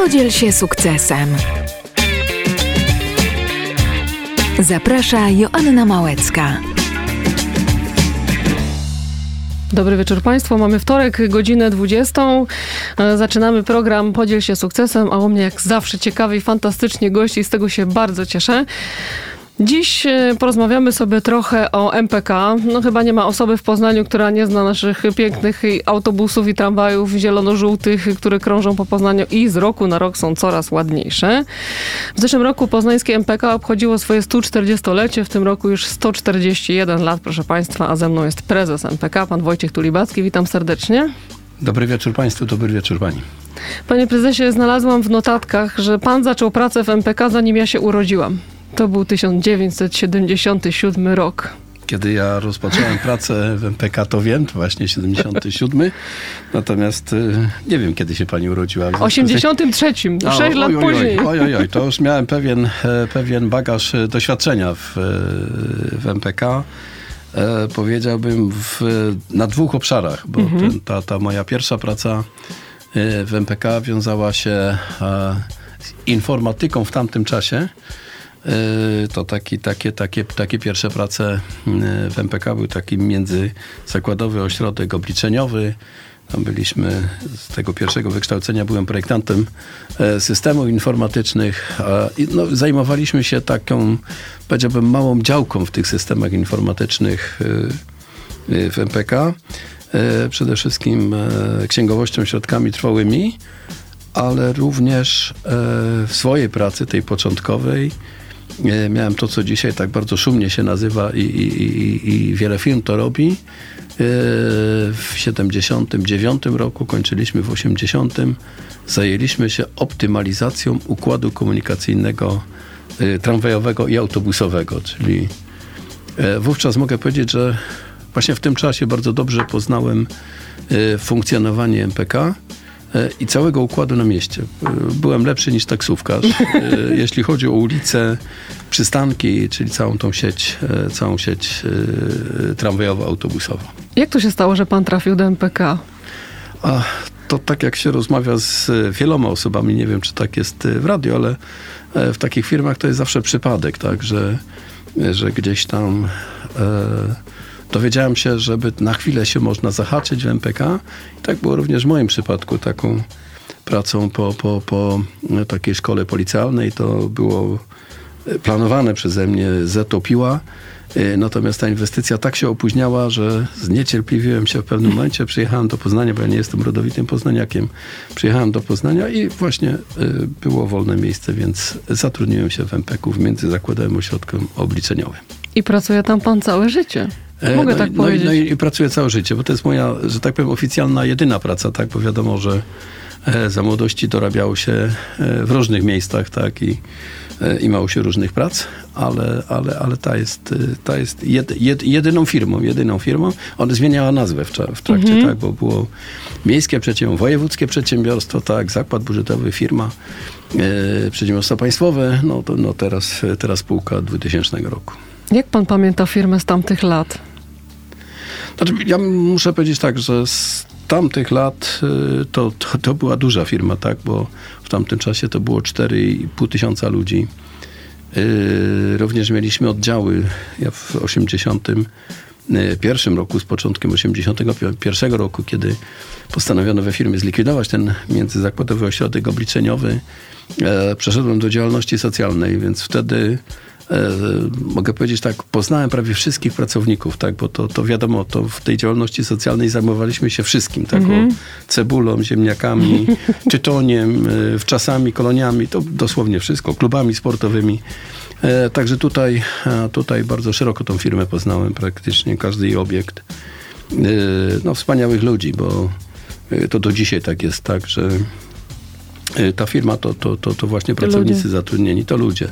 Podziel się sukcesem. Zaprasza Joanna Małecka. Dobry wieczór Państwu. Mamy wtorek, godzinę 20. Zaczynamy program Podziel się sukcesem, a u mnie jak zawsze ciekawy i fantastycznie gości, z tego się bardzo cieszę. Dziś porozmawiamy sobie trochę o MPK. No chyba nie ma osoby w Poznaniu, która nie zna naszych pięknych autobusów i tramwajów zielono-żółtych, które krążą po Poznaniu i z roku na rok są coraz ładniejsze. W zeszłym roku poznańskie MPK obchodziło swoje 140-lecie, w tym roku już 141 lat, proszę Państwa, a ze mną jest prezes MPK, pan Wojciech Tulibacki. Witam serdecznie. Dobry wieczór Państwu, dobry wieczór Pani. Panie prezesie, znalazłam w notatkach, że pan zaczął pracę w MPK, zanim ja się urodziłam. To był 1977 rok. Kiedy ja rozpocząłem pracę w MPK, to wiem, to właśnie 77. Natomiast nie wiem, kiedy się pani urodziła. W 83, 6 lat później. Oj, to już miałem pewien bagaż doświadczenia w MPK. Powiedziałbym na dwóch obszarach, bo ta moja pierwsza praca w MPK wiązała się z informatyką w tamtym czasie. To takie pierwsze prace w MPK był taki międzyzakładowy ośrodek obliczeniowy. Tam byliśmy, z tego pierwszego wykształcenia byłem projektantem systemów informatycznych. Zajmowaliśmy się taką, powiedziałbym, małą działką w tych systemach informatycznych w MPK. Przede wszystkim księgowością, środkami trwałymi, ale również w swojej pracy, tej początkowej, miałem to, co dzisiaj tak bardzo szumnie się nazywa i wiele firm to robi. W 79 roku, kończyliśmy w 80. Zajęliśmy się optymalizacją układu komunikacyjnego tramwajowego i autobusowego, czyli wówczas mogę powiedzieć, że właśnie w tym czasie bardzo dobrze poznałem funkcjonowanie MPK i całego układu na mieście. Byłem lepszy niż taksówkarz, jeśli chodzi o ulice, przystanki, czyli całą sieć tramwajowo-autobusową. Jak to się stało, że pan trafił do MPK? To tak jak się rozmawia z wieloma osobami, nie wiem, czy tak jest w radiu, ale w takich firmach to jest zawsze przypadek, tak, że gdzieś tam dowiedziałem się, żeby na chwilę się można zahaczyć w MPK. I tak było również w moim przypadku, taką pracą po takiej szkole policjalnej. To było planowane przeze mnie Zetopiła. Natomiast ta inwestycja tak się opóźniała, że zniecierpliwiłem się w pewnym momencie. Przyjechałem do Poznania, bo ja nie jestem rodowitym poznaniakiem. Przyjechałem do Poznania i właśnie było wolne miejsce, więc zatrudniłem się w MPK-u w międzyzakładowym ośrodku obliczeniowym. I pracuje tam pan całe życie. Mogę tak powiedzieć. I pracuję całe życie, bo to jest moja, że tak powiem, oficjalna, jedyna praca, tak, bo wiadomo, że za młodości dorabiało się w różnych miejscach, tak, i mało się różnych prac, ale ta jest jedyną firmą. Ona zmieniała nazwę w trakcie, tak, bo było miejskie przedsiębiorstwo, wojewódzkie przedsiębiorstwo, tak, zakład budżetowy, firma, przedsiębiorstwo państwowe, teraz spółka 2000 roku. Jak pan pamięta firmę z tamtych lat? Znaczy, ja muszę powiedzieć tak, że z tamtych lat to była duża firma, tak, bo w tamtym czasie to było 4,5 tysiąca ludzi. Również mieliśmy oddziały. Ja w 81 roku, z początkiem 81 roku, kiedy postanowiono we firmie zlikwidować ten międzyzakładowy ośrodek obliczeniowy, przeszedłem do działalności socjalnej, więc wtedy mogę powiedzieć tak, poznałem prawie wszystkich pracowników, tak, bo to wiadomo, to w tej działalności socjalnej zajmowaliśmy się wszystkim, tak, cebulą, ziemniakami, tytoniem, wczasami, koloniami, to dosłownie wszystko, klubami sportowymi. Także tutaj bardzo szeroko tą firmę poznałem, praktycznie każdy jej obiekt. Wspaniałych ludzi, bo to do dzisiaj tak jest, tak, że ta firma to właśnie pracownicy ludzie zatrudnieni, to ludzie.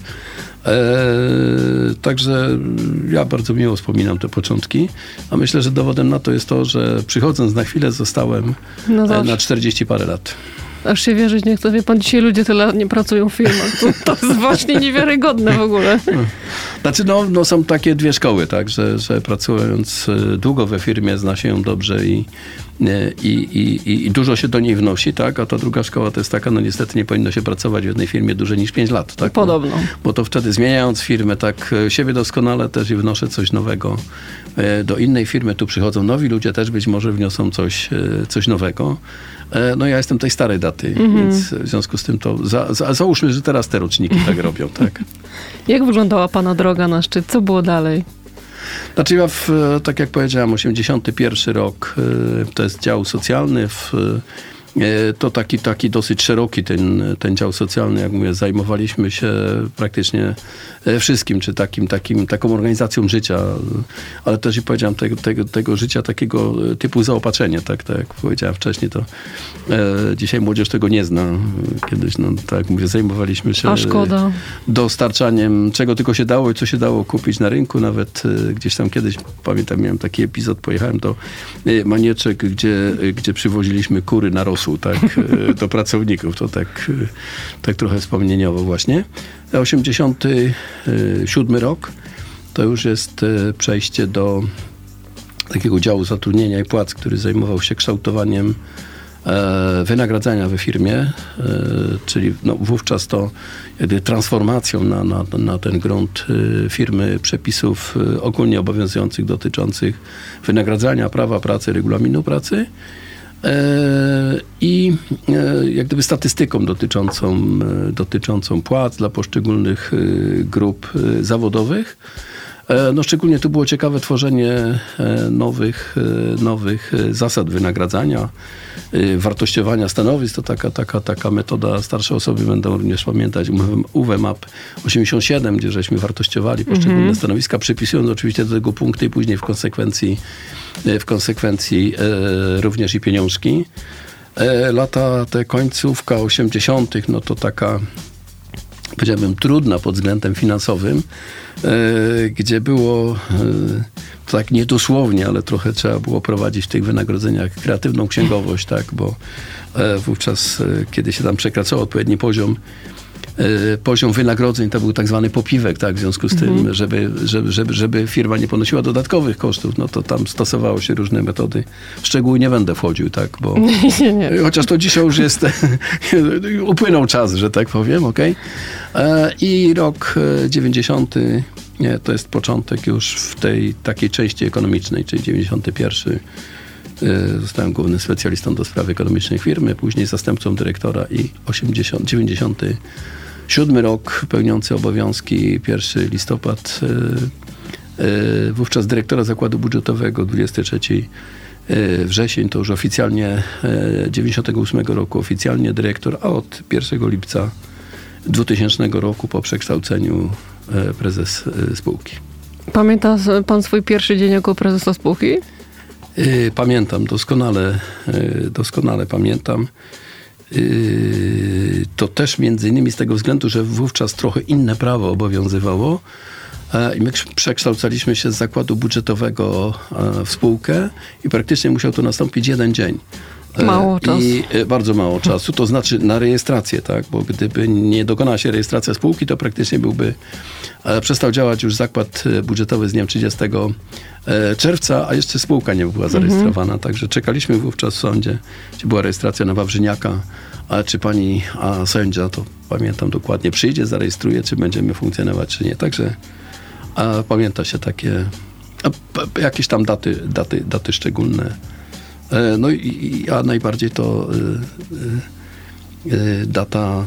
Także ja bardzo miło wspominam te początki, a myślę, że dowodem na to jest to, że przychodząc na chwilę zostałem na 40 parę lat. Aż się wierzyć nie chce. Wie pan, dzisiaj ludzie tyle lat nie pracują w firmach. To jest właśnie niewiarygodne w ogóle. Znaczy, no są takie dwie szkoły, tak, że pracując długo we firmie zna się ją dobrze i dużo się do niej wnosi, tak, a ta druga szkoła to jest taka, no niestety nie powinno się pracować w jednej firmie dłużej niż 5 lat, tak. Podobno. Bo to wtedy zmieniając firmę, tak, siebie doskonale też i wnoszę coś nowego do innej firmy, tu przychodzą nowi ludzie, też być może wniosą coś nowego. No ja jestem tej starej daty, więc w związku z tym to załóżmy, że teraz te roczniki tak robią, tak. Jak wyglądała pana droga na szczyt? Co było dalej? Znaczy ja, tak jak powiedziałem, 81 rok to jest dział socjalny. To taki dosyć szeroki ten dział socjalny, jak mówię, zajmowaliśmy się praktycznie wszystkim, czy taką organizacją życia, ale też i powiedziałem tego życia takiego typu zaopatrzenie, tak jak powiedziałem wcześniej, to dzisiaj młodzież tego nie zna. Kiedyś, no tak jak mówię, zajmowaliśmy się dostarczaniem czego tylko się dało i co się dało kupić na rynku, nawet gdzieś tam kiedyś, pamiętam, miałem taki epizod, pojechałem do Manieczek, gdzie przywoziliśmy kury na rosół, tak, do pracowników. To tak trochę wspomnieniowo właśnie. 87 rok to już jest przejście do takiego działu zatrudnienia i płac, który zajmował się kształtowaniem wynagradzania we firmie, czyli no, wówczas to transformacją na ten grunt firmy przepisów ogólnie obowiązujących dotyczących wynagradzania, prawa pracy, regulaminu pracy i jak gdyby statystyką dotyczącą płac dla poszczególnych grup zawodowych. No szczególnie tu było ciekawe tworzenie nowych zasad wynagradzania, wartościowania stanowisk. To taka metoda, starsze osoby będą również pamiętać, UWMAP 87, gdzie żeśmy wartościowali poszczególne stanowiska, przypisując oczywiście do tego punkty i później w konsekwencji również i pieniążki. Lata te końcówka 80., no to taka, powiedziałbym, trudna pod względem finansowym, gdzie było tak niedosłownie, ale trochę trzeba było prowadzić w tych wynagrodzeniach kreatywną księgowość, tak, bo wówczas, kiedy się tam przekraczało odpowiedni poziom wynagrodzeń, to był tak zwany popiwek, tak, w związku z tym, żeby firma nie ponosiła dodatkowych kosztów, no to tam stosowało się różne metody. W szczegóły nie będę wchodził, tak, bo nie. Chociaż to dzisiaj już jest upłynął czas, że tak powiem, okej. I rok 90, to jest początek już w tej takiej części ekonomicznej, czyli 91. Zostałem głównym specjalistą do spraw ekonomicznych firmy, później zastępcą dyrektora i 97 rok pełniący obowiązki 1 listopad, wówczas dyrektora zakładu budżetowego, 23 wrzesień, to już oficjalnie 98 roku oficjalnie dyrektor, a od 1 lipca 2000 roku po przekształceniu prezes spółki. Pamięta pan swój pierwszy dzień jako prezesa spółki? Pamiętam, doskonale pamiętam. To też między innymi z tego względu, że wówczas trochę inne prawo obowiązywało i my przekształcaliśmy się z zakładu budżetowego w spółkę i praktycznie musiał to nastąpić jeden dzień. Mało czasu. I bardzo mało czasu, to znaczy na rejestrację, tak, bo gdyby nie dokonała się rejestracja spółki, to praktycznie przestał działać już zakład budżetowy z dniem 30 czerwca, a jeszcze spółka nie była zarejestrowana, także czekaliśmy wówczas w sądzie, gdzie była rejestracja na Wawrzyniaka, a czy sędzia, to pamiętam dokładnie, przyjdzie, zarejestruje, czy będziemy funkcjonować, czy nie, także pamięta się takie jakieś tam daty szczególne. No a najbardziej to data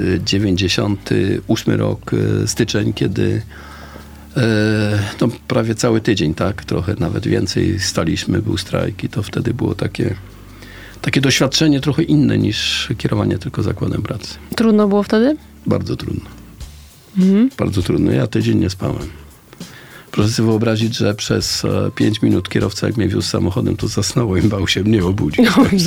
98 rok, styczeń, kiedy no, prawie cały tydzień, tak, trochę nawet więcej staliśmy, był strajk i to wtedy było takie doświadczenie trochę inne niż kierowanie tylko zakładem pracy. Trudno było wtedy? Bardzo trudno. Bardzo trudno. Ja tydzień nie spałem. Proszę sobie wyobrazić, że przez 5 minut kierowca, jak mnie wiózł samochodem, to zasnął i bał się mnie obudzić.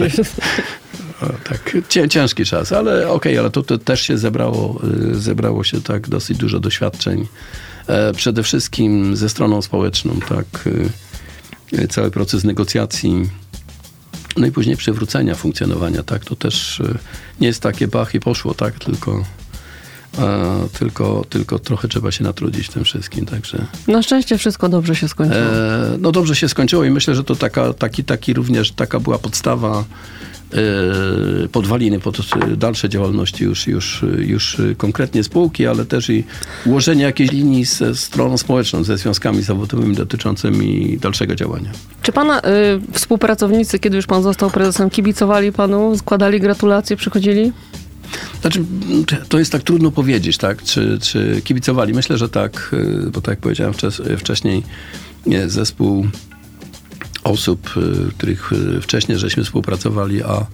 Tak, ciężki czas, ale okej, ale to też się zebrało się tak dosyć dużo doświadczeń. Przede wszystkim ze stroną społeczną, tak, cały proces negocjacji, no i później przywrócenia funkcjonowania, tak, to też nie jest takie bach i poszło, tak, tylko Tylko trochę trzeba się natrudzić w tym wszystkim, także... Na szczęście wszystko dobrze się skończyło. No dobrze się skończyło i myślę, że to taki również taka była podstawa, podwaliny pod dalsze działalności już konkretnie spółki, ale też i ułożenie jakiejś linii ze stroną społeczną, ze związkami zawodowymi dotyczącymi dalszego działania. Czy pana współpracownicy, kiedy już pan został prezesem, kibicowali panu, składali gratulacje, przychodzili? Znaczy, to jest tak trudno powiedzieć, tak? Czy kibicowali? Myślę, że tak, bo tak jak powiedziałem wcześniej, zespół osób, których wcześniej żeśmy współpracowali, a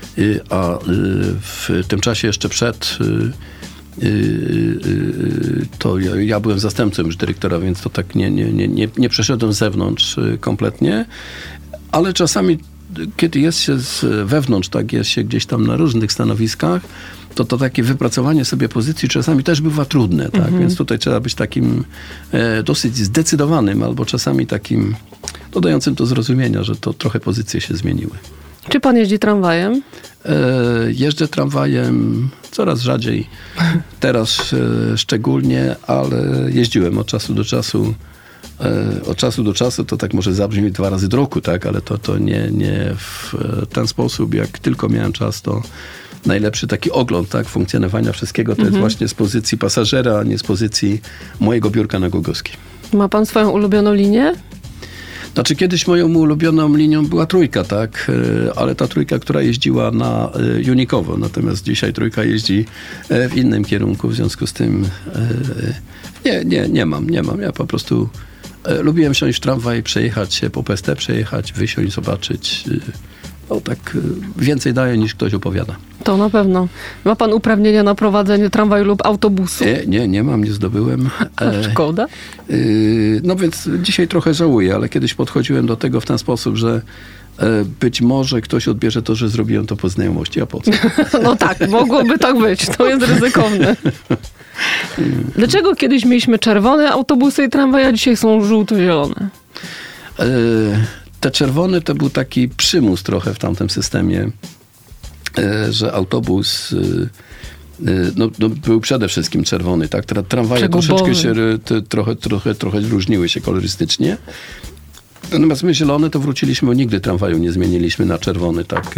w tym czasie jeszcze przed to ja byłem zastępcą już dyrektora, więc to tak nie przeszedłem z zewnątrz kompletnie, ale czasami kiedy jest się wewnątrz, tak, jest się gdzieś tam na różnych stanowiskach, to takie wypracowanie sobie pozycji czasami też bywa trudne, tak? Więc tutaj trzeba być takim dosyć zdecydowanym, albo czasami takim dodającym to zrozumienia, że to trochę pozycje się zmieniły. Czy pan jeździ tramwajem? Jeżdżę tramwajem coraz rzadziej, teraz szczególnie, ale jeździłem od czasu do czasu. Od czasu do czasu to tak może zabrzmi 2 razy do roku, tak? Ale to nie w ten sposób, jak tylko miałem czas, to najlepszy taki ogląd, tak? Funkcjonowania wszystkiego to jest właśnie z pozycji pasażera, a nie z pozycji mojego biurka na Głogowskiej. Ma pan swoją ulubioną linię? Znaczy kiedyś moją ulubioną linią była Trójka, tak? Ale ta Trójka, która jeździła na Junikowo, natomiast dzisiaj Trójka jeździ w innym kierunku, w związku z tym nie mam. Ja po prostu lubiłem wsiąść w tramwaj, przejechać się po PST, wysiąść, zobaczyć. No tak więcej daje niż ktoś opowiada. To na pewno. Ma pan uprawnienia na prowadzenie tramwaju lub autobusu? Nie mam, nie zdobyłem. Szkoda. No więc dzisiaj trochę żałuję, ale kiedyś podchodziłem do tego w ten sposób, że być może ktoś odbierze to, że zrobiłem to po znajomości, a po co? No tak, mogłoby tak być. To jest ryzykowne. Dlaczego kiedyś mieliśmy czerwone autobusy i tramwaje, a dzisiaj są żółto-zielone? Te czerwone to był taki przymus trochę w tamtym systemie, że autobus był przede wszystkim czerwony, tak? Tramwaje troszeczkę się trochę różniły się kolorystycznie. Natomiast my zielone to wróciliśmy, bo nigdy tramwaju nie zmieniliśmy na czerwony, tak?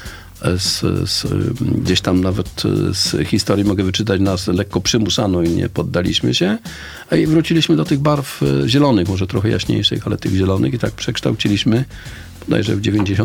Gdzieś tam nawet z historii mogę wyczytać, nas lekko przymusano i nie poddaliśmy się. I wróciliśmy do tych barw zielonych, może trochę jaśniejszych, ale tych zielonych i tak przekształciliśmy bodajże w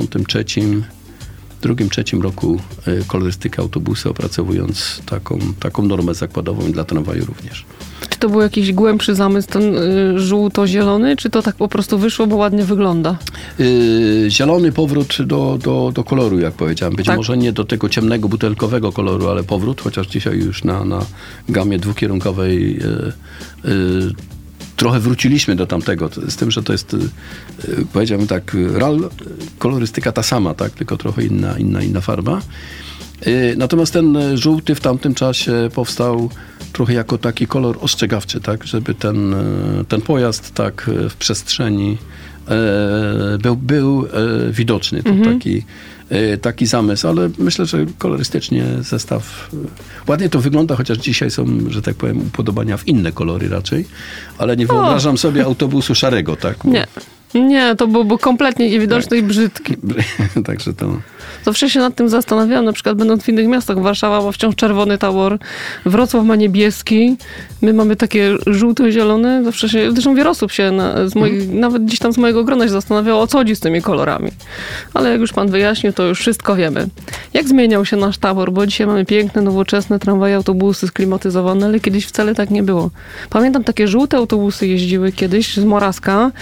1992-1993 roku kolorystykę autobusu, opracowując taką normę zakładową i dla tramwaju również. Czy to był jakiś głębszy zamysł, ten żółto-zielony, czy to tak po prostu wyszło, bo ładnie wygląda? Zielony powrót do koloru, jak powiedziałem. Być może nie do tego ciemnego, butelkowego koloru, ale powrót, chociaż dzisiaj już na gamie dwukierunkowej trochę wróciliśmy do tamtego. Z tym, że to jest, powiedziałbym tak, kolorystyka ta sama, tak? Tylko trochę inna farba. Natomiast ten żółty w tamtym czasie powstał trochę jako taki kolor ostrzegawczy, tak, żeby ten pojazd tak w przestrzeni był widoczny. To taki zamysł, ale myślę, że kolorystycznie zestaw ładnie to wygląda, chociaż dzisiaj są, że tak powiem, upodobania w inne kolory raczej, ale nie wyobrażam sobie autobusu szarego, tak? Bo... Nie, to byłby kompletnie niewidoczny i brzydki. Także to... Zawsze się nad tym zastanawiałam, na przykład będąc w innych miastach. Warszawa ma wciąż czerwony tabor, Wrocław ma niebieski, my mamy takie żółto-zielone. Zresztą wiele osób się, nawet gdzieś tam z mojego grona się zastanawiało, o co chodzi z tymi kolorami. Ale jak już pan wyjaśnił, to już wszystko wiemy. Jak zmieniał się nasz tabor, bo dzisiaj mamy piękne, nowoczesne tramwaje, autobusy sklimatyzowane, ale kiedyś wcale tak nie było. Pamiętam, takie żółte autobusy jeździły kiedyś z Moraska,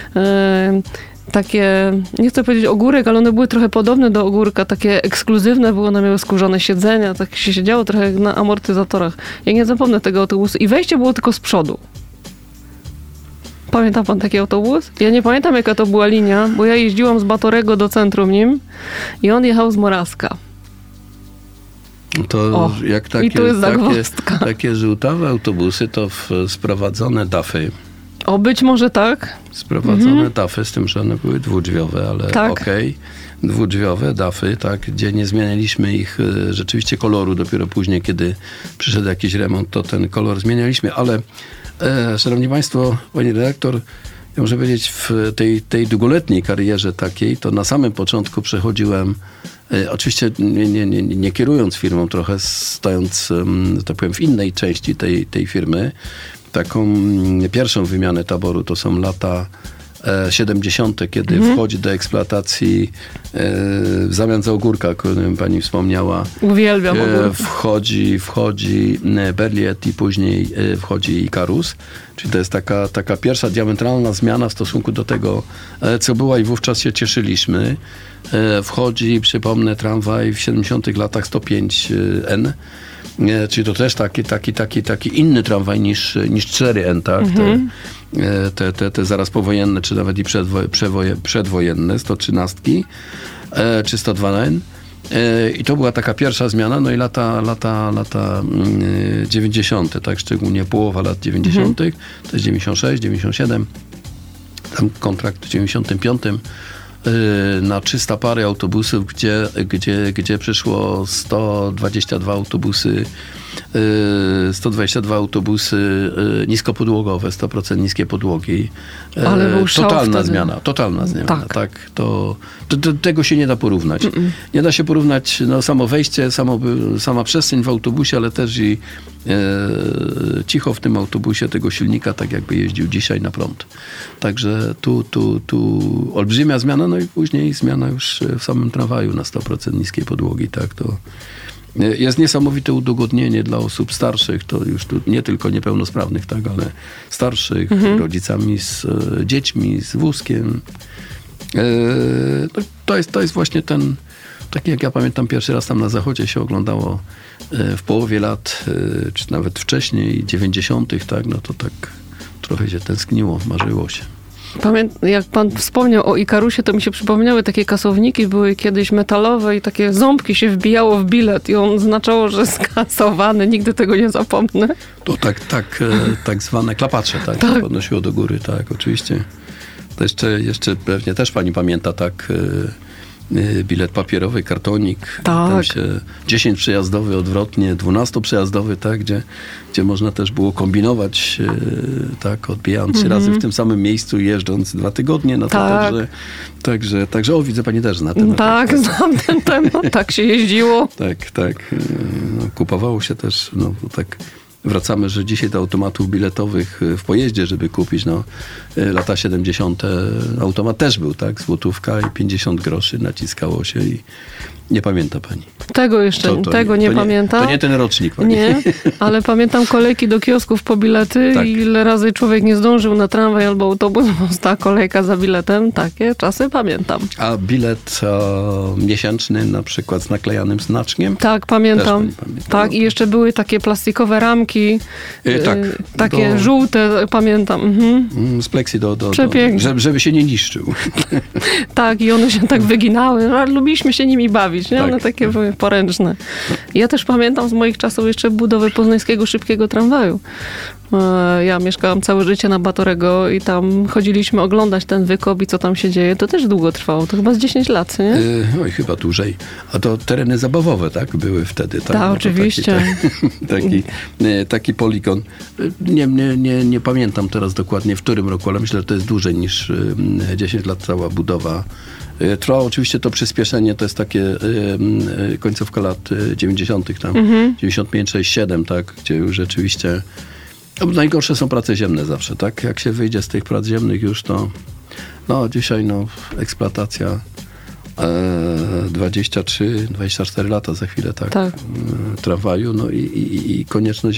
takie, nie chcę powiedzieć ogórek, ale one były trochę podobne do ogórka, takie ekskluzywne były, one miały skórzane siedzenia, tak się siedziało trochę jak na amortyzatorach. Ja nie zapomnę tego autobusu i wejście było tylko z przodu. Pamięta pan taki autobus? Ja nie pamiętam, jaka to była linia, bo ja jeździłam z Batorego do centrum nim i on jechał z Moraska. To jak i tu jest zagwozdka. takie żółtawe autobusy, to sprowadzone DAF-y. O, być może tak. Sprowadzone dafy, z tym, że one były dwudrzwiowe, ale Tak. okej. Dwudrzwiowe dafy, tak, gdzie nie zmienialiśmy ich rzeczywiście koloru. Dopiero później, kiedy przyszedł jakiś remont, to ten kolor zmienialiśmy. Ale, szanowni państwo, pani redaktor, ja muszę powiedzieć, w tej długoletniej karierze takiej, to na samym początku przechodziłem, oczywiście nie kierując firmą, trochę stojąc, tak powiem, w innej części tej firmy. Taką pierwszą wymianę taboru to są lata 70., kiedy wchodzi do eksploatacji w zamian za ogórka, o którym pani wspomniała. Uwielbiam ogórki. Wchodzi Berliet i później wchodzi Ikarus. Czyli to jest taka pierwsza diametralna zmiana w stosunku do tego, co była i wówczas się cieszyliśmy. Wchodzi, przypomnę, tramwaj w 70. latach 105N. Czyli to też taki inny tramwaj niż 4N, tak? Te zaraz powojenne, czy nawet i przedwojenne, 113 czy 102N. I to była taka pierwsza zmiana, no i lata 90., tak? Szczególnie połowa lat 90., to jest 96, 97, tam kontrakt w 95. Na 300 pary autobusów, gdzie przyszło 122 autobusy niskopodłogowe, 100% niskie podłogi. Ale był szał Totalna zmiana. Tak. Tego się nie da porównać. Nie da się porównać samo wejście, sama przestrzeń w autobusie, ale też i cicho w tym autobusie tego silnika, tak jakby jeździł dzisiaj na prąd. Także tu olbrzymia zmiana, no i później zmiana już w samym tramwaju na 100% niskiej podłogi. Tak, to jest niesamowite udogodnienie dla osób starszych, to już tu nie tylko niepełnosprawnych, tak, ale starszych, rodzicami z dziećmi, z wózkiem. To jest właśnie ten, taki jak ja pamiętam, pierwszy raz tam na zachodzie się oglądało w połowie lat, czy nawet wcześniej, 90., tak, no to tak trochę się tęskniło, marzyło się. Jak pan wspomniał o Ikarusie, to mi się przypomniały takie kasowniki, były kiedyś metalowe i takie ząbki się wbijało w bilet i on oznaczało, że skasowany. Nigdy tego nie zapomnę. To tak zwane klapacze, tak? Tak. Podnosiło do góry, tak, oczywiście. To jeszcze pewnie też pani pamięta, tak, bilet papierowy, kartonik, tak. Tam się 10 przejazdowy odwrotnie, 12 przejazdowy, tak, gdzie można też było kombinować, tak, odbijając się razy w tym samym miejscu, jeżdżąc 2 tygodnie, no to tak. także widzę, pani też zna ten temat. Tak, znam ten temat, tak się jeździło. Tak, no, kupowało się też, no tak. Wracamy, że dzisiaj do automatów biletowych w pojeździe, żeby kupić, no lata 70. automat też był, tak? Złotówka i 50 groszy naciskało się i nie pamięta pani. Tego jeszcze, nie pamiętam. To nie ten rocznik pani. Nie, ale pamiętam kolejki do kiosków po bilety tak. I ile razy człowiek nie zdążył na tramwaj albo autobus, bo stała kolejka za biletem. Takie czasy pamiętam. A bilet miesięczny na przykład z naklejanym znaczkiem? Tak, pamiętam. Tak, i jeszcze były takie plastikowe ramki, takie żółte, pamiętam. Z pleksji żeby się nie niszczył. Tak, i one się tak wyginały. No, lubiliśmy się nimi bawić, nie? One takie były poręczne. Ja też pamiętam z moich czasów jeszcze budowę poznańskiego szybkiego tramwaju. Ja mieszkałam całe życie na Batorego i tam chodziliśmy oglądać ten wykop i co tam się dzieje. To też długo trwało. To chyba z 10 lat, nie? Oj, chyba dłużej. A to tereny zabawowe, tak? Były wtedy, tak? Tak, oczywiście. Taki poligon. Nie pamiętam teraz dokładnie w którym roku, ale myślę, że to jest dłużej niż 10 lat cała budowa. Trwa oczywiście to przyspieszenie, to jest takie końcówka lat 90. tam 95, 6, 7, tak? Gdzie już rzeczywiście najgorsze są prace ziemne zawsze, tak? Jak się wyjdzie z tych prac ziemnych już, to dzisiaj eksploatacja 23-24 lata za chwilę, tak? Tramwaju, no i konieczność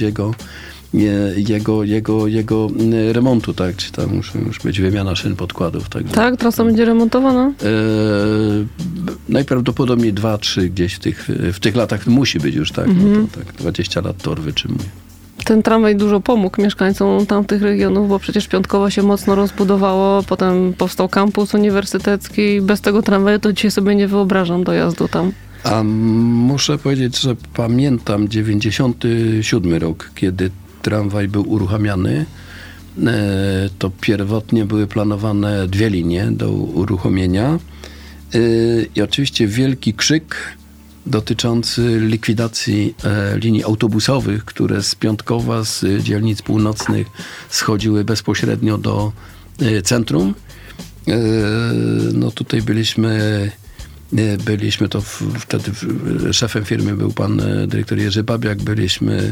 jego remontu, tak? Czy tam musi być wymiana szyn, podkładów. Tak, trasa będzie remontowana? Najprawdopodobniej 2-3 gdzieś w tych latach musi być już, tak? No to tak 20 lat tor wytrzymuje. Ten tramwaj dużo pomógł mieszkańcom tamtych regionów, bo przecież Piątkowo się mocno rozbudowało, potem powstał kampus uniwersytecki. Bez tego tramwaju to dzisiaj sobie nie wyobrażam dojazdu tam. A muszę powiedzieć, że pamiętam 97 rok, kiedy tramwaj był uruchamiany. to pierwotnie były planowane 2 linie do uruchomienia i oczywiście wielki krzyk dotyczący likwidacji linii autobusowych, które z Piątkowa, z dzielnic północnych schodziły bezpośrednio do centrum. No tutaj byliśmy to wtedy szefem firmy był pan dyrektor Jerzy Babiak, byliśmy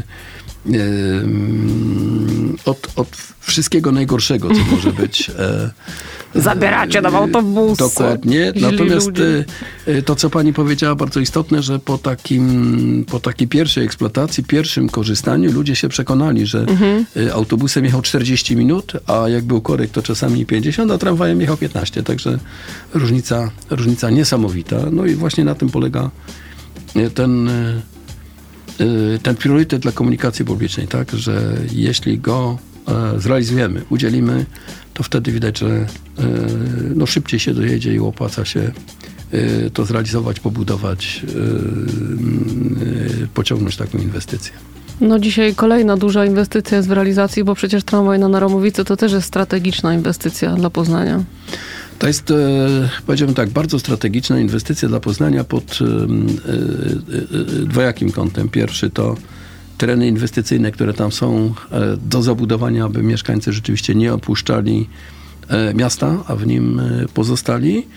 od wszystkiego najgorszego, co może być. Zabieracie nam autobusy. Dokładnie. Natomiast to, co pani powiedziała, bardzo istotne, że po takiej pierwszej eksploatacji, pierwszym korzystaniu ludzie się przekonali, że autobusem jechał 40 minut, a jak był korek, to czasami 50, a tramwajem jechał 15. Także różnica niesamowita. No i właśnie na tym polega ten priorytet dla komunikacji publicznej, tak, że jeśli go zrealizujemy, udzielimy, to wtedy widać, że szybciej się dojedzie i opłaca się to zrealizować, pobudować, pociągnąć taką inwestycję. No dzisiaj kolejna duża inwestycja jest w realizacji, bo przecież tramwaj na Naromowicy to też jest strategiczna inwestycja dla Poznania. To jest, powiedziałbym tak, bardzo strategiczna inwestycja dla Poznania pod dwojakim kątem. Pierwszy to tereny inwestycyjne, które tam są do zabudowania, aby mieszkańcy rzeczywiście nie opuszczali miasta, a w nim pozostali.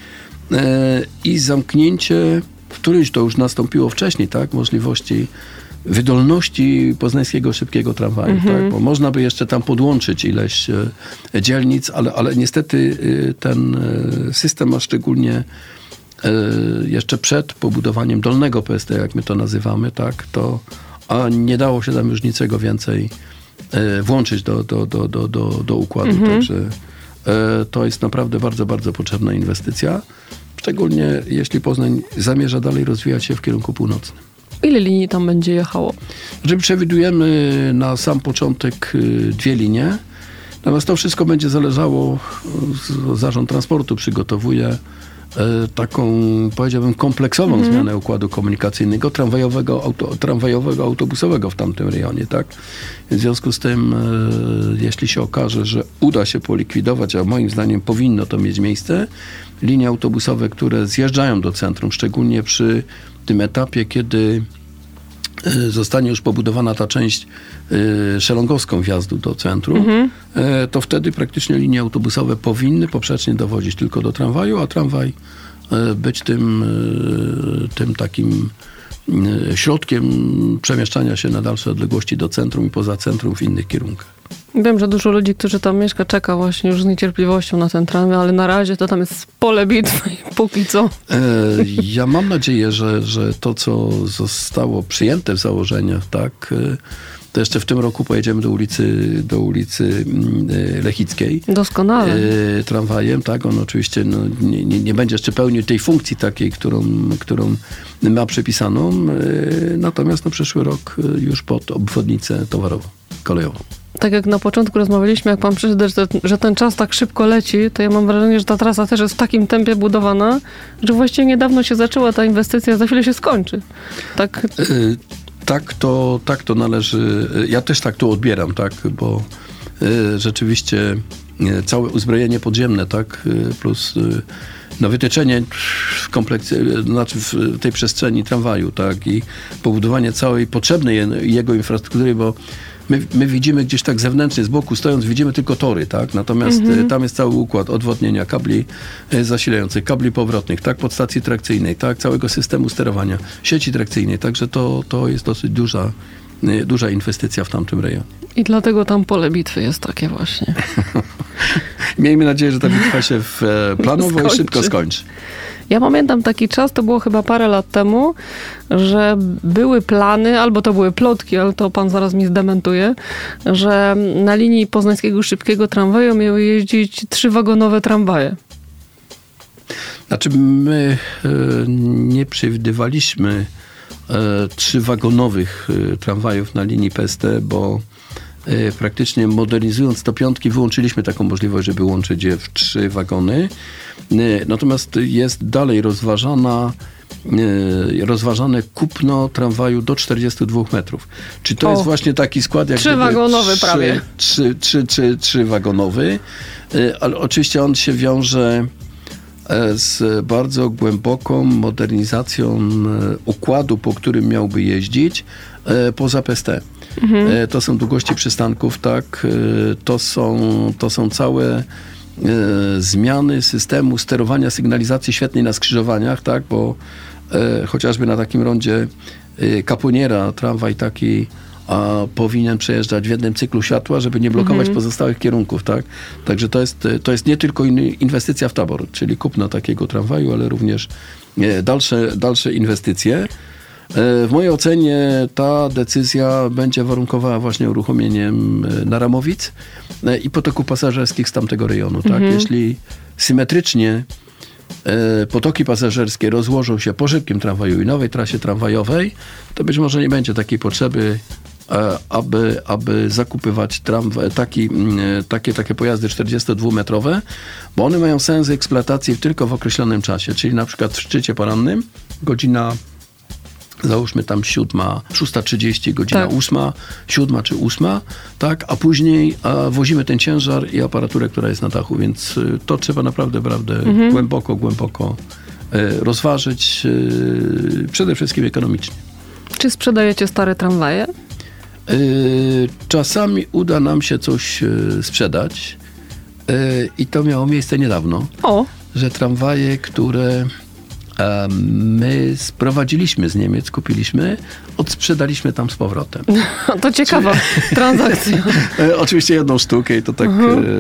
I zamknięcie, któryś to już nastąpiło wcześniej, tak, możliwości wydolności poznańskiego szybkiego tramwaju, tak? Bo można by jeszcze tam podłączyć ileś dzielnic, ale niestety ten system, a szczególnie jeszcze przed pobudowaniem dolnego PST, jak my to nazywamy, tak, to nie dało się tam już niczego więcej włączyć do układu. Także to jest naprawdę bardzo, bardzo potrzebna inwestycja, szczególnie jeśli Poznań zamierza dalej rozwijać się w kierunku północnym. Ile linii tam będzie jechało? Przewidujemy na sam początek 2 linie. Natomiast to wszystko będzie zależało, Zarząd Transportu przygotowuje taką, powiedziałbym, kompleksową zmianę układu komunikacyjnego, tramwajowego, autobusowego w tamtym rejonie, tak? W związku z tym, jeśli się okaże, że uda się polikwidować, a moim zdaniem powinno to mieć miejsce, linie autobusowe, które zjeżdżają do centrum, szczególnie przy tym etapie, kiedy zostanie już pobudowana ta część szelongowską wjazdu do centrum, to wtedy praktycznie linie autobusowe powinny poprzecznie dowodzić tylko do tramwaju, a tramwaj być tym takim środkiem przemieszczania się na dalsze odległości do centrum i poza centrum w innych kierunkach. Wiem, że dużo ludzi, którzy tam mieszka, czeka właśnie już z niecierpliwością na ten tramwaj, ale na razie to tam jest pole bitwy póki co. Ja mam nadzieję, że to, co zostało przyjęte w założeniach, tak, to jeszcze w tym roku pojedziemy do ulicy Lechickiej. Doskonale. Tramwajem, tak, on oczywiście nie będzie jeszcze pełnił tej funkcji takiej, którą ma przypisaną, natomiast na przyszły rok już pod obwodnicę towarową, kolejową. Tak jak na początku rozmawialiśmy, jak pan przyszedł, że ten czas tak szybko leci, to ja mam wrażenie, że ta trasa też jest w takim tempie budowana, że właściwie niedawno się zaczęła ta inwestycja, za chwilę się skończy. Tak? Tak to należy, ja też tak to odbieram, tak, bo rzeczywiście całe uzbrojenie podziemne, tak, plus wytyczenie w kompleksie, znaczy w tej przestrzeni tramwaju, tak, i pobudowanie całej potrzebnej jego infrastruktury, bo my widzimy gdzieś tak zewnętrznie, z boku stojąc, widzimy tylko tory, tak? Natomiast tam jest cały układ odwodnienia, kabli zasilających, kabli powrotnych, tak? Podstacji trakcyjnej, tak? Całego systemu sterowania, sieci trakcyjnej. Także to jest dosyć duża inwestycja w tamtym rejonie. I dlatego tam pole bitwy jest takie właśnie. Miejmy nadzieję, że ta bitwa się planowo i szybko skończy. Ja pamiętam taki czas, to było chyba parę lat temu, że były plany, albo to były plotki, ale to pan zaraz mi zdementuje, że na linii poznańskiego szybkiego tramwaju miały jeździć 3-wagonowe tramwaje. Znaczy my nie przewidywaliśmy 3-wagonowych tramwajów na linii PST, bo praktycznie modernizując 105 wyłączyliśmy taką możliwość, żeby łączyć je w 3 wagony. Natomiast jest dalej rozważana rozważane kupno tramwaju do 42 metrów. Czy to jest właśnie taki skład jak trzywagonowy prawie. Trzywagonowy, ale oczywiście on się wiąże z bardzo głęboką modernizacją układu, po którym miałby jeździć poza PST. To są długości przystanków, tak? To są całe zmiany systemu sterowania sygnalizacji świetlnej na skrzyżowaniach, tak? Bo chociażby na takim rondzie Caponiera tramwaj taki powinien przejeżdżać w jednym cyklu światła, żeby nie blokować pozostałych kierunków, tak? Także to jest nie tylko inwestycja w tabor, czyli kupno takiego tramwaju, ale również dalsze inwestycje. W mojej ocenie ta decyzja będzie warunkowała właśnie uruchomieniem Naramowic i potoków pasażerskich z tamtego rejonu, tak? Jeśli symetrycznie potoki pasażerskie rozłożą się po szybkim tramwaju i nowej trasie tramwajowej, to być może nie będzie takiej potrzeby, aby zakupywać takie pojazdy 42-metrowe, bo one mają sens eksploatacji tylko w określonym czasie, czyli na przykład w szczycie porannym, godzina załóżmy tam 6:30, godzina 8, 7 czy 8, tak, a później wozimy ten ciężar i aparaturę, która jest na dachu, więc to trzeba naprawdę głęboko rozważyć, przede wszystkim ekonomicznie. Czy sprzedajecie stare tramwaje? Czasami uda nam się coś sprzedać i to miało miejsce niedawno, że tramwaje, które my sprowadziliśmy z Niemiec, kupiliśmy, odsprzedaliśmy tam z powrotem. To ciekawa transakcja. Oczywiście jedną sztukę i to tak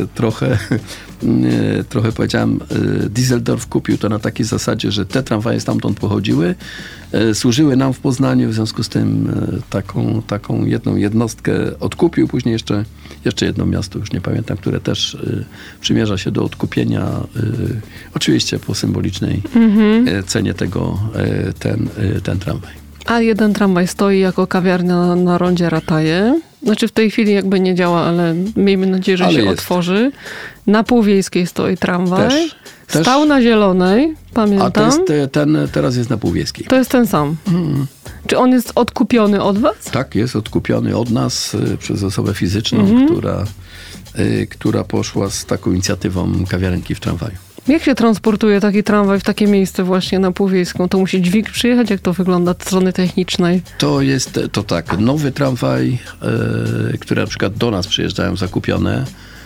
trochę powiedziałem, Düsseldorf kupił to na takiej zasadzie, że te tramwaje stamtąd pochodziły, służyły nam w Poznaniu, w związku z tym taką jedną jednostkę odkupił, później jeszcze jedno miasto, już nie pamiętam, które też przymierza się do odkupienia, oczywiście po symbolicznej cenie ten tramwaj. A jeden tramwaj stoi jako kawiarnia na rondzie Rataje. Znaczy w tej chwili jakby nie działa, ale miejmy nadzieję, że się otworzy. Na Półwiejskiej stoi tramwaj. Stał na Zielonej, pamiętam. A ten teraz jest na Półwiejskiej. To jest ten sam. Czy on jest odkupiony od was? Tak, jest odkupiony od nas przez osobę fizyczną, która poszła z taką inicjatywą kawiarenki w tramwaju. Jak się transportuje taki tramwaj w takie miejsce właśnie na Półwiejską? To musi dźwig przyjechać? Jak to wygląda od strony technicznej? To tak, nowy tramwaj, które na przykład do nas przyjeżdżają zakupione,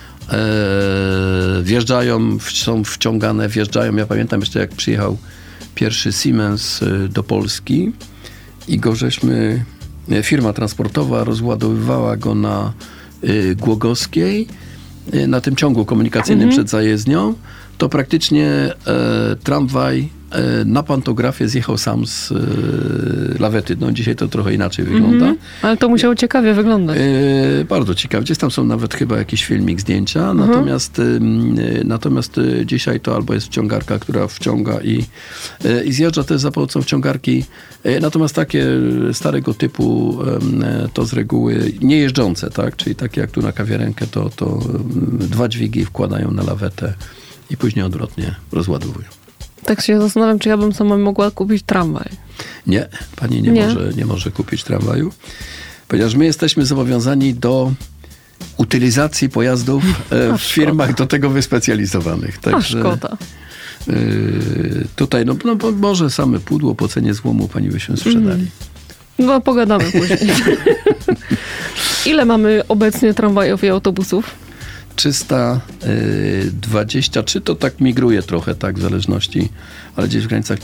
wjeżdżają, są wciągane, wjeżdżają. Ja pamiętam jeszcze, jak przyjechał pierwszy Siemens do Polski i firma transportowa rozładowywała go na Głogowskiej, na tym ciągu komunikacyjnym przed zajezdnią, to praktycznie tramwaj na pantografię zjechał sam z lawety. No dzisiaj to trochę inaczej wygląda. Ale to musiało ciekawie wyglądać. Bardzo ciekawie. Gdzieś tam są nawet chyba jakiś filmik, zdjęcia. Natomiast dzisiaj to albo jest wciągarka, która wciąga i zjeżdża też za pomocą wciągarki. Natomiast takie starego typu to z reguły nie jeżdżące, tak? Czyli takie jak tu na kawiarenkę, to dwa dźwigi wkładają na lawetę i później odwrotnie rozładowują. Tak się zastanawiam, czy ja bym sama mogła kupić tramwaj. Nie, pani nie może kupić tramwaju, ponieważ my jesteśmy zobowiązani do utylizacji pojazdów w firmach do tego wyspecjalizowanych. Także, szkoda. Tutaj, bo może same pudło po cenie złomu pani byśmy sprzedali. No, pogadamy później. Ile mamy obecnie tramwajów i autobusów? 323, to tak migruje trochę, tak, w zależności, ale gdzieś w granicach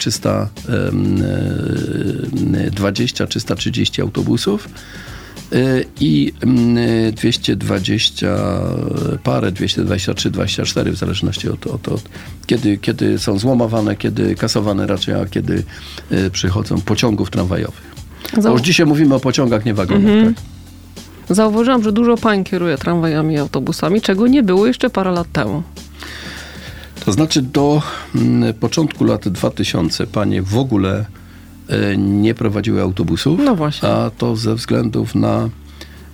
320-330 autobusów i 220 parę, 223-24 w zależności od kiedy są złomowane, kiedy kasowane raczej, a kiedy przychodzą pociągów tramwajowych. Bo już dzisiaj mówimy o pociągach, nie wagonach, tak? Zauważyłam, że dużo pań kieruje tramwajami i autobusami, czego nie było jeszcze parę lat temu. To znaczy do początku lat 2000 panie w ogóle nie prowadziły autobusów, no właśnie. A to ze względów na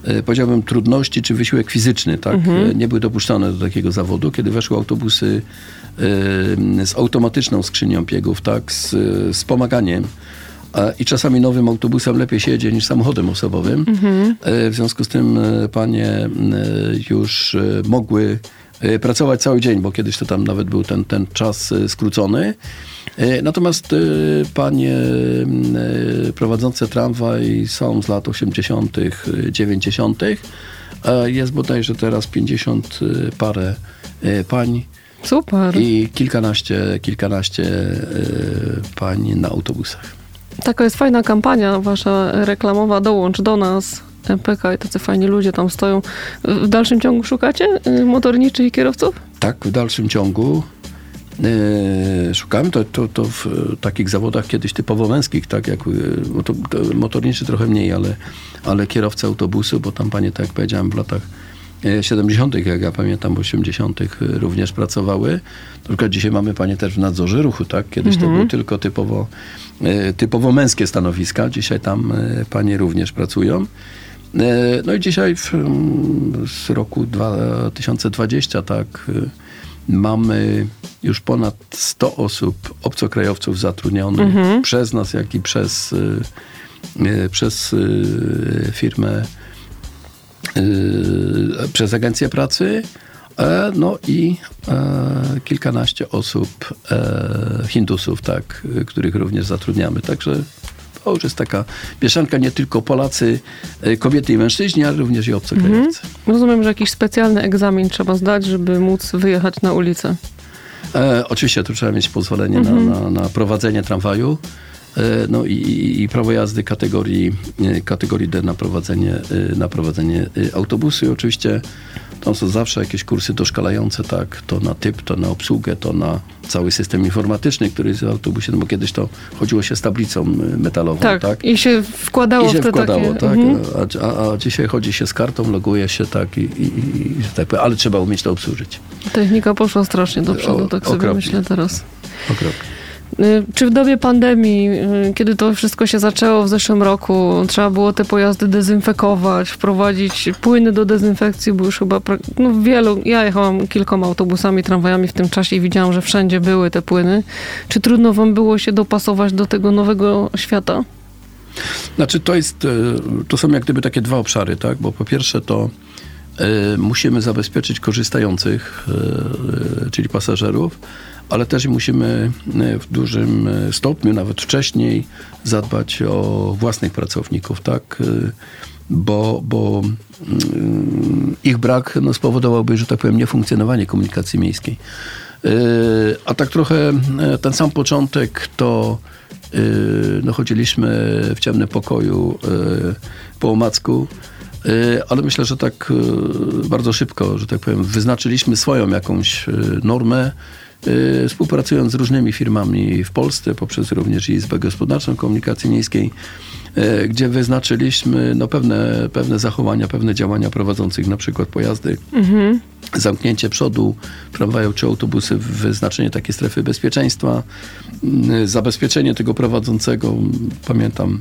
powiedziałbym, trudności czy wysiłek fizyczny, tak? Nie były dopuszczane do takiego zawodu. Kiedy weszły autobusy z automatyczną skrzynią biegów, tak? Z wspomaganiem, i czasami nowym autobusem lepiej się jedzie niż samochodem osobowym. W związku z tym panie już mogły pracować cały dzień, bo kiedyś to tam nawet był ten czas skrócony. Natomiast panie prowadzące tramwaj są z lat 80., 90. Jest bodajże teraz 50 parę pań. Super. I kilkanaście pań na autobusach. Taka jest fajna kampania wasza reklamowa. Dołącz do nas. MPK i tacy fajni ludzie tam stoją. W dalszym ciągu szukacie motorniczych i kierowców? Tak, w dalszym ciągu szukamy. To w takich zawodach kiedyś typowo męskich, tak jak to motorniczy trochę mniej, ale kierowca autobusu, bo tam panie, tak jak powiedziałem, w latach 70., jak ja pamiętam, 80. również pracowały. Tylko dzisiaj mamy panie też w nadzorze ruchu, tak? Kiedyś to było tylko typowo męskie stanowiska. Dzisiaj tam panie również pracują. No i dzisiaj z roku 2020, tak, mamy już ponad 100 osób, obcokrajowców zatrudnionych przez nas, jak i przez firmę, przez agencję pracy, no i kilkanaście osób, Hindusów, tak, których również zatrudniamy. Także to już jest taka mieszanka, nie tylko Polacy, kobiety i mężczyźni, ale również i obcokrajowcy. Rozumiem, że jakiś specjalny egzamin trzeba zdać, żeby móc wyjechać na ulicę. Oczywiście, tu trzeba mieć pozwolenie na prowadzenie tramwaju. No i prawo jazdy kategorii D na prowadzenie autobusu. I oczywiście tam są zawsze jakieś kursy doszkalające, tak, to na typ, to na obsługę, to na cały system informatyczny, który jest w autobusie, no bo kiedyś to chodziło się z tablicą metalową, tak? I się wkładało w te takie... tak. A dzisiaj chodzi się z kartą, loguje się, tak, i tak, ale trzeba umieć to obsłużyć. Technika poszła strasznie do przodu, tak sobie myślę teraz. Okropnie. Czy w dobie pandemii, kiedy to wszystko się zaczęło w zeszłym roku, trzeba było te pojazdy dezynfekować, wprowadzić płyny do dezynfekcji, bo już chyba ja jechałam kilkoma autobusami, tramwajami w tym czasie i widziałam, że wszędzie były te płyny. Czy trudno wam było się dopasować do tego nowego świata? Znaczy to są jak gdyby takie dwa obszary, tak? Bo po pierwsze to musimy zabezpieczyć korzystających, czyli pasażerów, ale też musimy w dużym stopniu, nawet wcześniej, zadbać o własnych pracowników, tak? Bo ich brak spowodowałby, że tak powiem, niefunkcjonowanie komunikacji miejskiej. A tak trochę ten sam początek to chodziliśmy w ciemnym pokoju po omacku, ale myślę, że tak bardzo szybko, że tak powiem, wyznaczyliśmy swoją jakąś normę, współpracując z różnymi firmami w Polsce, poprzez również Izbę Gospodarczą Komunikacji Miejskiej, gdzie wyznaczyliśmy pewne zachowania, pewne działania prowadzących na przykład pojazdy. Zamknięcie przodu tramwaju czy autobusy, wyznaczenie takiej strefy bezpieczeństwa, zabezpieczenie tego prowadzącego. Pamiętam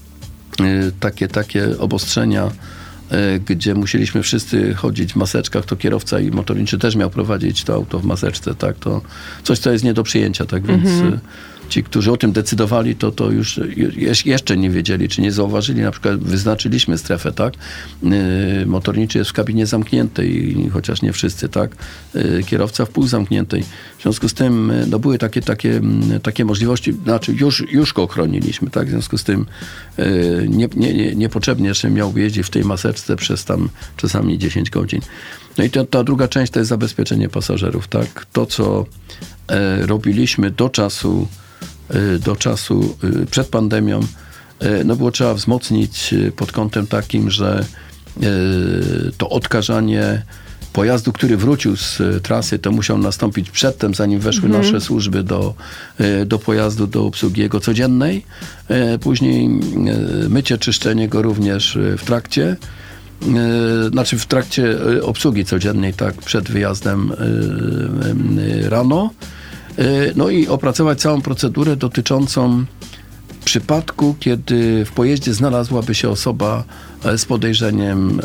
takie obostrzenia, gdzie musieliśmy wszyscy chodzić w maseczkach, to kierowca i motorniczy też miał prowadzić to auto w maseczce, tak, to coś, co jest nie do przyjęcia, tak, więc ci, którzy o tym decydowali, to już jeszcze nie wiedzieli, czy nie zauważyli, na przykład wyznaczyliśmy strefę, tak, motorniczy jest w kabinie zamkniętej, chociaż nie wszyscy, tak, kierowca w półzamkniętej. W związku z tym, były takie możliwości, znaczy już go chroniliśmy, tak, w związku z tym niepotrzebnie jeszcze miał jeździć w tej maseczce przez tam czasami 10 godzin. No i ta druga część to jest zabezpieczenie pasażerów, tak, to co robiliśmy do czasu przed pandemią, było trzeba wzmocnić pod kątem takim, że to odkażanie pojazdu, który wrócił z trasy, to musiał nastąpić przedtem, zanim weszły nasze służby do pojazdu, do obsługi jego codziennej. Później mycie, czyszczenie go również w trakcie obsługi codziennej, tak, przed wyjazdem rano. No i opracować całą procedurę dotyczącą przypadku, kiedy w pojeździe znalazłaby się osoba z podejrzeniem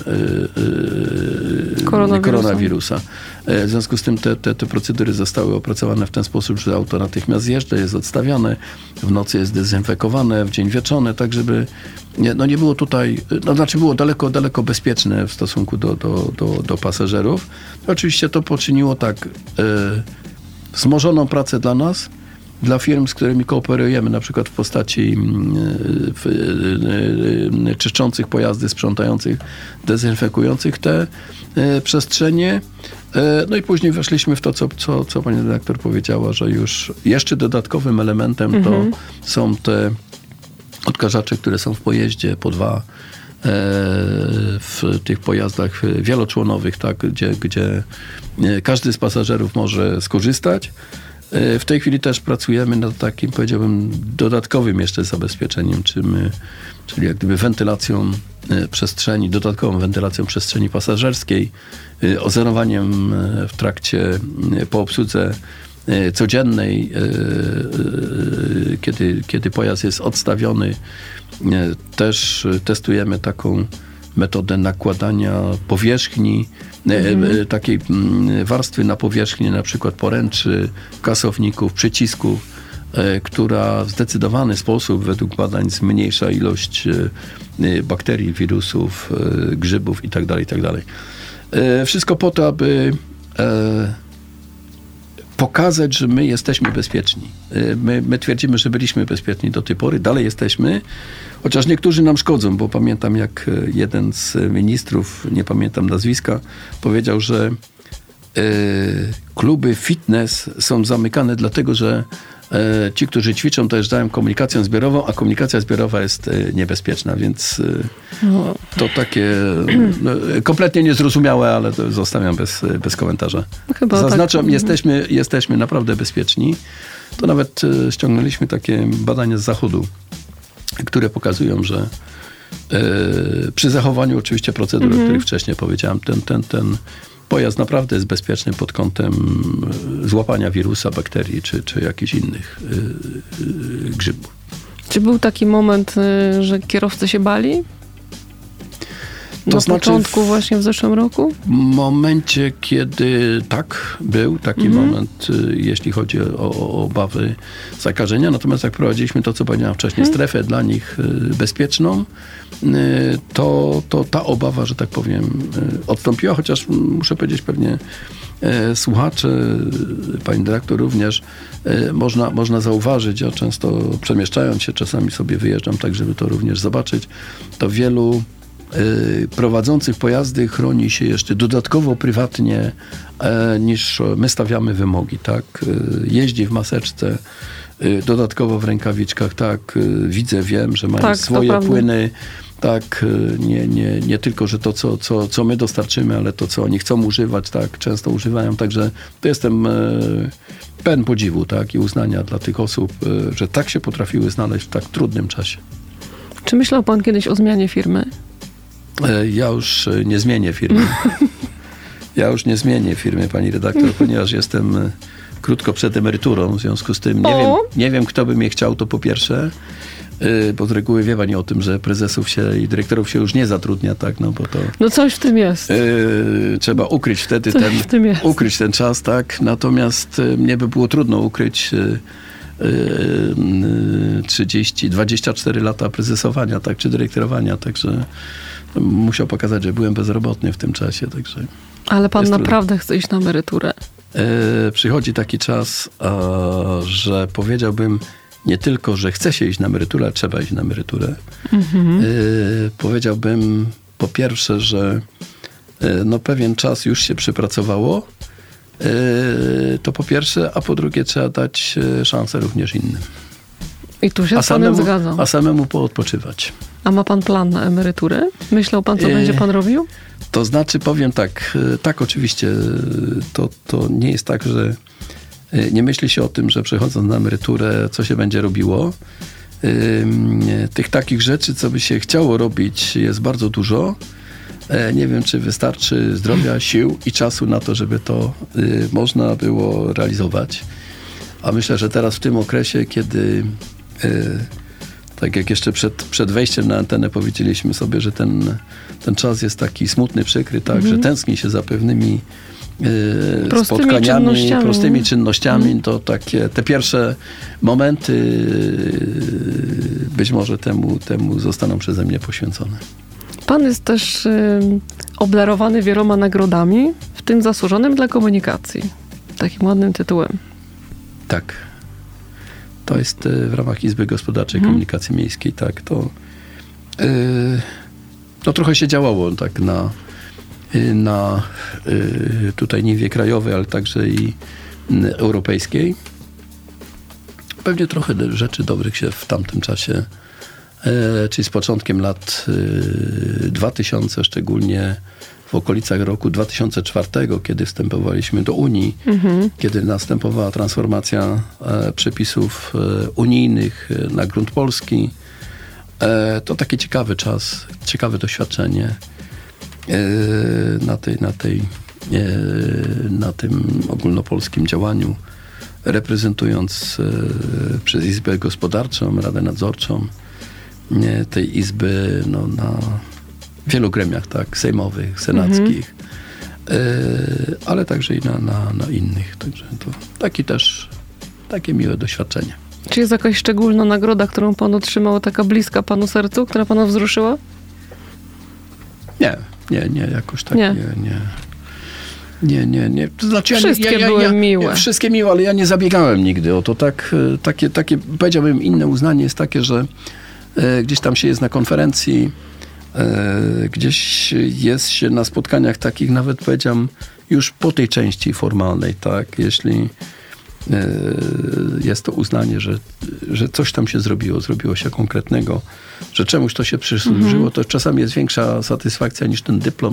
koronawirusa. W związku z tym te procedury zostały opracowane w ten sposób, że auto natychmiast zjeżdża, jest odstawiane, w nocy jest dezynfekowane, w dzień wieczorny, tak żeby nie było tutaj, było daleko bezpieczne w stosunku do pasażerów. Oczywiście to poczyniło wzmożoną pracę dla nas, dla firm, z którymi kooperujemy, na przykład w postaci czyszczących pojazdy, sprzątających, dezynfekujących te przestrzenie. No i później weszliśmy w to, co pani redaktor powiedziała, że już jeszcze dodatkowym elementem to są te odkażacze, które są w pojeździe po 2 w tych pojazdach wieloczłonowych, tak, gdzie każdy z pasażerów może skorzystać. W tej chwili też pracujemy nad takim, powiedziałbym, dodatkowym jeszcze zabezpieczeniem, czyli jak gdyby wentylacją przestrzeni, dodatkową wentylacją przestrzeni pasażerskiej, ozorowaniem w trakcie, po obsłudze codziennej, kiedy pojazd jest odstawiony. Też testujemy taką metodę nakładania powierzchni, takiej warstwy na powierzchni, na przykład poręczy, kasowników, przycisków, która w zdecydowany sposób według badań zmniejsza ilość bakterii, wirusów, grzybów itd. Wszystko po to, aby pokazać, że my jesteśmy bezpieczni. My twierdzimy, że byliśmy bezpieczni do tej pory, dalej jesteśmy, chociaż niektórzy nam szkodzą, bo pamiętam, jak jeden z ministrów, nie pamiętam nazwiska, powiedział, że kluby fitness są zamykane dlatego, że ci, którzy ćwiczą, dojeżdżają komunikacją zbiorową, a komunikacja zbiorowa jest niebezpieczna, więc to takie kompletnie niezrozumiałe, ale to zostawiam bez komentarza. Chyba zaznaczam, jesteśmy naprawdę bezpieczni. To nawet ściągnęliśmy takie badania z Zachodu, które pokazują, że przy zachowaniu oczywiście procedur, o których wcześniej powiedziałem, ten pojazd naprawdę jest bezpieczny pod kątem złapania wirusa, bakterii czy jakichś innych grzybów. Czy był taki moment, że kierowcy się bali? Na początku właśnie w zeszłym roku? W momencie, kiedy był taki moment, jeśli chodzi o obawy zakażenia. Natomiast jak prowadziliśmy to, co powiedziałem wcześniej, strefę dla nich bezpieczną, to ta obawa, że tak powiem, odstąpiła, chociaż muszę powiedzieć pewnie słuchacze, pani dyrektor również, można zauważyć, ja często przemieszczając się, czasami sobie wyjeżdżam tak, żeby to również zobaczyć, to wielu prowadzących pojazdy chroni się jeszcze dodatkowo prywatnie niż my stawiamy wymogi, tak? Jeździ w maseczce, dodatkowo w rękawiczkach, tak? Widzę, wiem, że mają swoje płyny, tak? Nie tylko, że to, co my dostarczymy, ale to, co oni chcą używać, tak? Często używają, także to jestem pełen podziwu, tak? I uznania dla tych osób, że tak się potrafiły znaleźć w tak trudnym czasie. Czy myślał pan kiedyś o zmianie firmy? Ja już nie zmienię firmy. Pani redaktor, ponieważ jestem krótko przed emeryturą, w związku z tym nie wiem, kto by mnie chciał, to po pierwsze, bo z reguły wie pani o tym, że prezesów i dyrektorów się już nie zatrudnia, tak, bo to... No coś w tym jest. Trzeba ukryć wtedy ukryć ten czas, tak, natomiast mnie by było trudno ukryć 24 lata prezesowania, tak, czy dyrektorowania, także musiał pokazać, że byłem bezrobotny w tym czasie, także... Ale pan naprawdę chce iść na emeryturę? Przychodzi taki czas, że powiedziałbym nie tylko, że chce się iść na emeryturę, ale trzeba iść na emeryturę. Powiedziałbym po pierwsze, że pewien czas już się przepracowało, to po pierwsze, a po drugie trzeba dać szansę również innym. I tu się z panem zgadzam. A samemu poodpoczywać. A ma pan plan na emeryturę? Myślał pan, co będzie pan robił? To znaczy, powiem tak oczywiście, to nie jest tak, że nie myśli się o tym, że przechodząc na emeryturę, co się będzie robiło. Tych takich rzeczy, co by się chciało robić, jest bardzo dużo. Nie wiem, czy wystarczy zdrowia, sił i czasu na to, żeby to można było realizować. A myślę, że teraz w tym okresie, kiedy Tak jak jeszcze przed wejściem na antenę powiedzieliśmy sobie, że ten czas jest taki smutny, przykry, tak, że tęskni się za pewnymi spotkaniami, prostymi czynnościami, to takie te pierwsze momenty być może temu zostaną przeze mnie poświęcone. Pan jest też obdarowany wieloma nagrodami, w tym zasłużonym dla komunikacji. Takim ładnym tytułem. Tak. To jest w ramach Izby Gospodarczej Komunikacji Miejskiej, tak. To trochę się działało tak na tutaj niwie krajowej, ale także i europejskiej. Pewnie trochę rzeczy dobrych się w tamtym czasie, czyli z początkiem lat 2000, szczególnie w okolicach roku 2004, kiedy wstępowaliśmy do Unii, kiedy następowała transformacja przepisów unijnych na grunt polski. To taki ciekawy czas, ciekawe doświadczenie na tym ogólnopolskim działaniu, reprezentując przez Izbę Gospodarczą, Radę Nadzorczą tej Izby na wielu gremiach, tak, sejmowych, senackich, ale także i na innych. Także to takie miłe doświadczenie. Czy jest jakaś szczególna nagroda, którą pan otrzymał, taka bliska panu sercu, która pana wzruszyła? Nie, jakoś tak nie. To znaczy, wszystkie były miłe. Wszystkie miłe, ale ja nie zabiegałem nigdy o to. Takie, powiedziałbym, inne uznanie jest takie, że gdzieś tam się jest na konferencji, gdzieś jest się na spotkaniach takich, nawet powiedziałem, już po tej części formalnej, tak, jeśli jest to uznanie, że coś tam się zrobiło się konkretnego, że czemuś to się przysłużyło, to czasami jest większa satysfakcja niż ten dyplom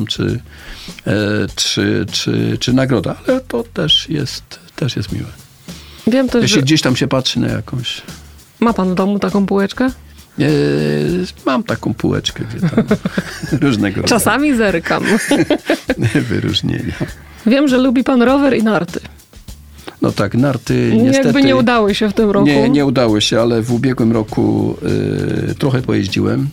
czy nagroda, ale to też jest miłe. Wiem też, jeśli gdzieś tam się patrzy na jakąś... Ma pan w domu taką półeczkę? Mam taką półeczkę, gdzie tam różnego rodzaju. Czasami zerkam. Wyróżnienia. Wiem, że lubi pan rower i narty. No tak, narty niestety... Jakby nie udały się w tym roku. Nie udały się, ale w ubiegłym roku trochę pojeździłem.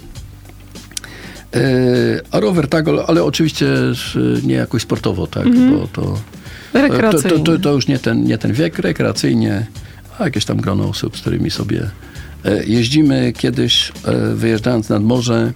A rower tak, ale oczywiście nie jakoś sportowo, tak, bo to... Rekreacyjnie. To już nie ten wiek, rekreacyjnie, a jakieś tam grono osób, z którymi sobie jeździmy. Kiedyś wyjeżdżając nad morze,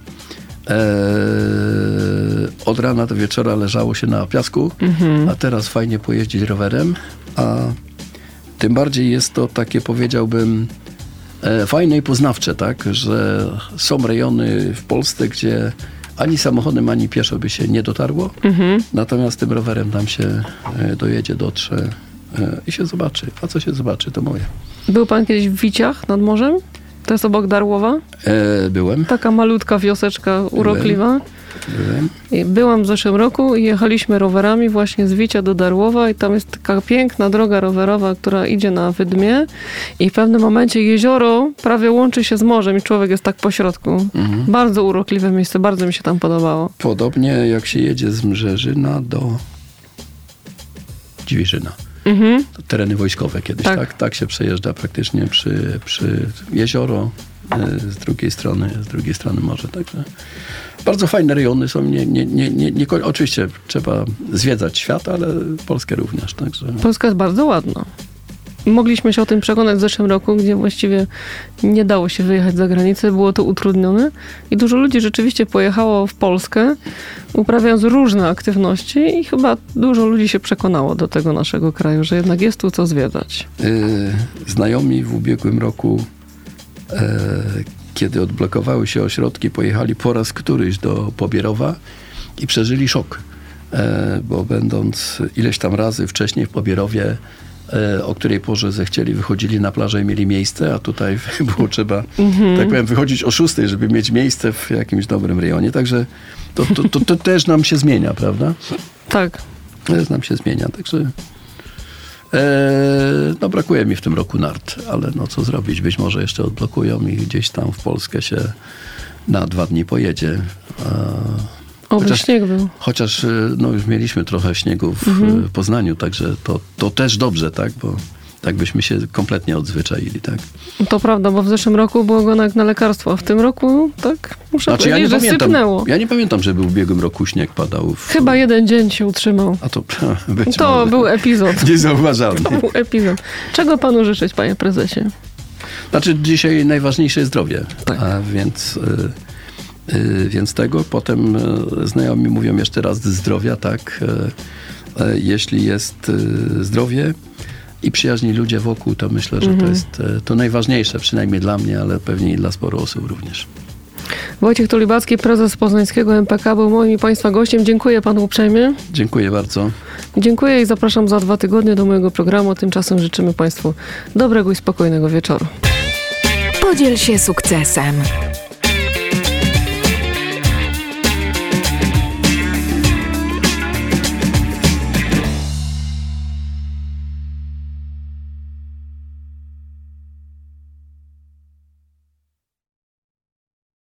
od rana do wieczora leżało się na piasku, a teraz fajnie pojeździć rowerem, a tym bardziej jest to takie, powiedziałbym, fajne i poznawcze, tak, że są rejony w Polsce, gdzie ani samochodem, ani pieszo by się nie dotarło, natomiast tym rowerem tam się dojedzie, dotrze i się zobaczy. A co się zobaczy, to moje. Był pan kiedyś w Wiciach nad morzem? To jest obok Darłowa? Byłem. Taka malutka wioseczka urokliwa. Byłem. Byłam w zeszłym roku i jechaliśmy rowerami właśnie z Wicia do Darłowa i tam jest taka piękna droga rowerowa, która idzie na wydmie i w pewnym momencie jezioro prawie łączy się z morzem i człowiek jest tak po środku. Bardzo urokliwe miejsce, bardzo mi się tam podobało. Podobnie jak się jedzie z Mrzeżyna do Dziwiżyna. Tereny wojskowe kiedyś, tak się przejeżdża praktycznie przy jezioro, z drugiej strony morze. Także bardzo fajne rejony są. Oczywiście trzeba zwiedzać świat, ale Polskę również. Także. Polska jest bardzo ładna. Mogliśmy się o tym przekonać w zeszłym roku, gdzie właściwie nie dało się wyjechać za granicę, było to utrudnione i dużo ludzi rzeczywiście pojechało w Polskę, uprawiając różne aktywności i chyba dużo ludzi się przekonało do tego naszego kraju, że jednak jest tu co zwiedzać. Znajomi w ubiegłym roku, kiedy odblokowały się ośrodki, pojechali po raz któryś do Pobierowa i przeżyli szok, bo będąc ileś tam razy wcześniej w Pobierowie, o której porze zechcieli, wychodzili na plażę i mieli miejsce, a tutaj było trzeba, tak powiem, wychodzić o 6, żeby mieć miejsce w jakimś dobrym rejonie. Także to też nam się zmienia, prawda? Tak. Też nam się zmienia, także brakuje mi w tym roku nart, ale co zrobić? Być może jeszcze odblokują i gdzieś tam w Polskę się na 2 dni pojedzie. Śnieg był. Chociaż już mieliśmy trochę śniegu w Poznaniu, także to też dobrze, tak? Bo tak byśmy się kompletnie odzwyczaili, tak? To prawda, bo w zeszłym roku było go na lekarstwo, a w tym roku, tak, muszę powiedzieć, że sypnęło. Ja nie pamiętam, żeby w ubiegłym roku śnieg padał. Chyba jeden dzień się utrzymał. A to być to może. Był epizod. Niezauważalny. To był epizod. Czego panu życzyć, panie prezesie? Znaczy dzisiaj najważniejsze jest zdrowie, Tak. Więc tego. Potem znajomi mówią jeszcze raz zdrowia, tak. Jeśli jest zdrowie i przyjaźni ludzie wokół, to myślę, że to jest to najważniejsze, przynajmniej dla mnie, ale pewnie i dla sporo osób również. Wojciech Tulibacki, prezes poznańskiego MPK, był moim i państwa gościem. Dziękuję panu uprzejmie. Dziękuję bardzo. Dziękuję i zapraszam za 2 tygodnie do mojego programu. Tymczasem życzymy państwu dobrego i spokojnego wieczoru. Podziel się sukcesem.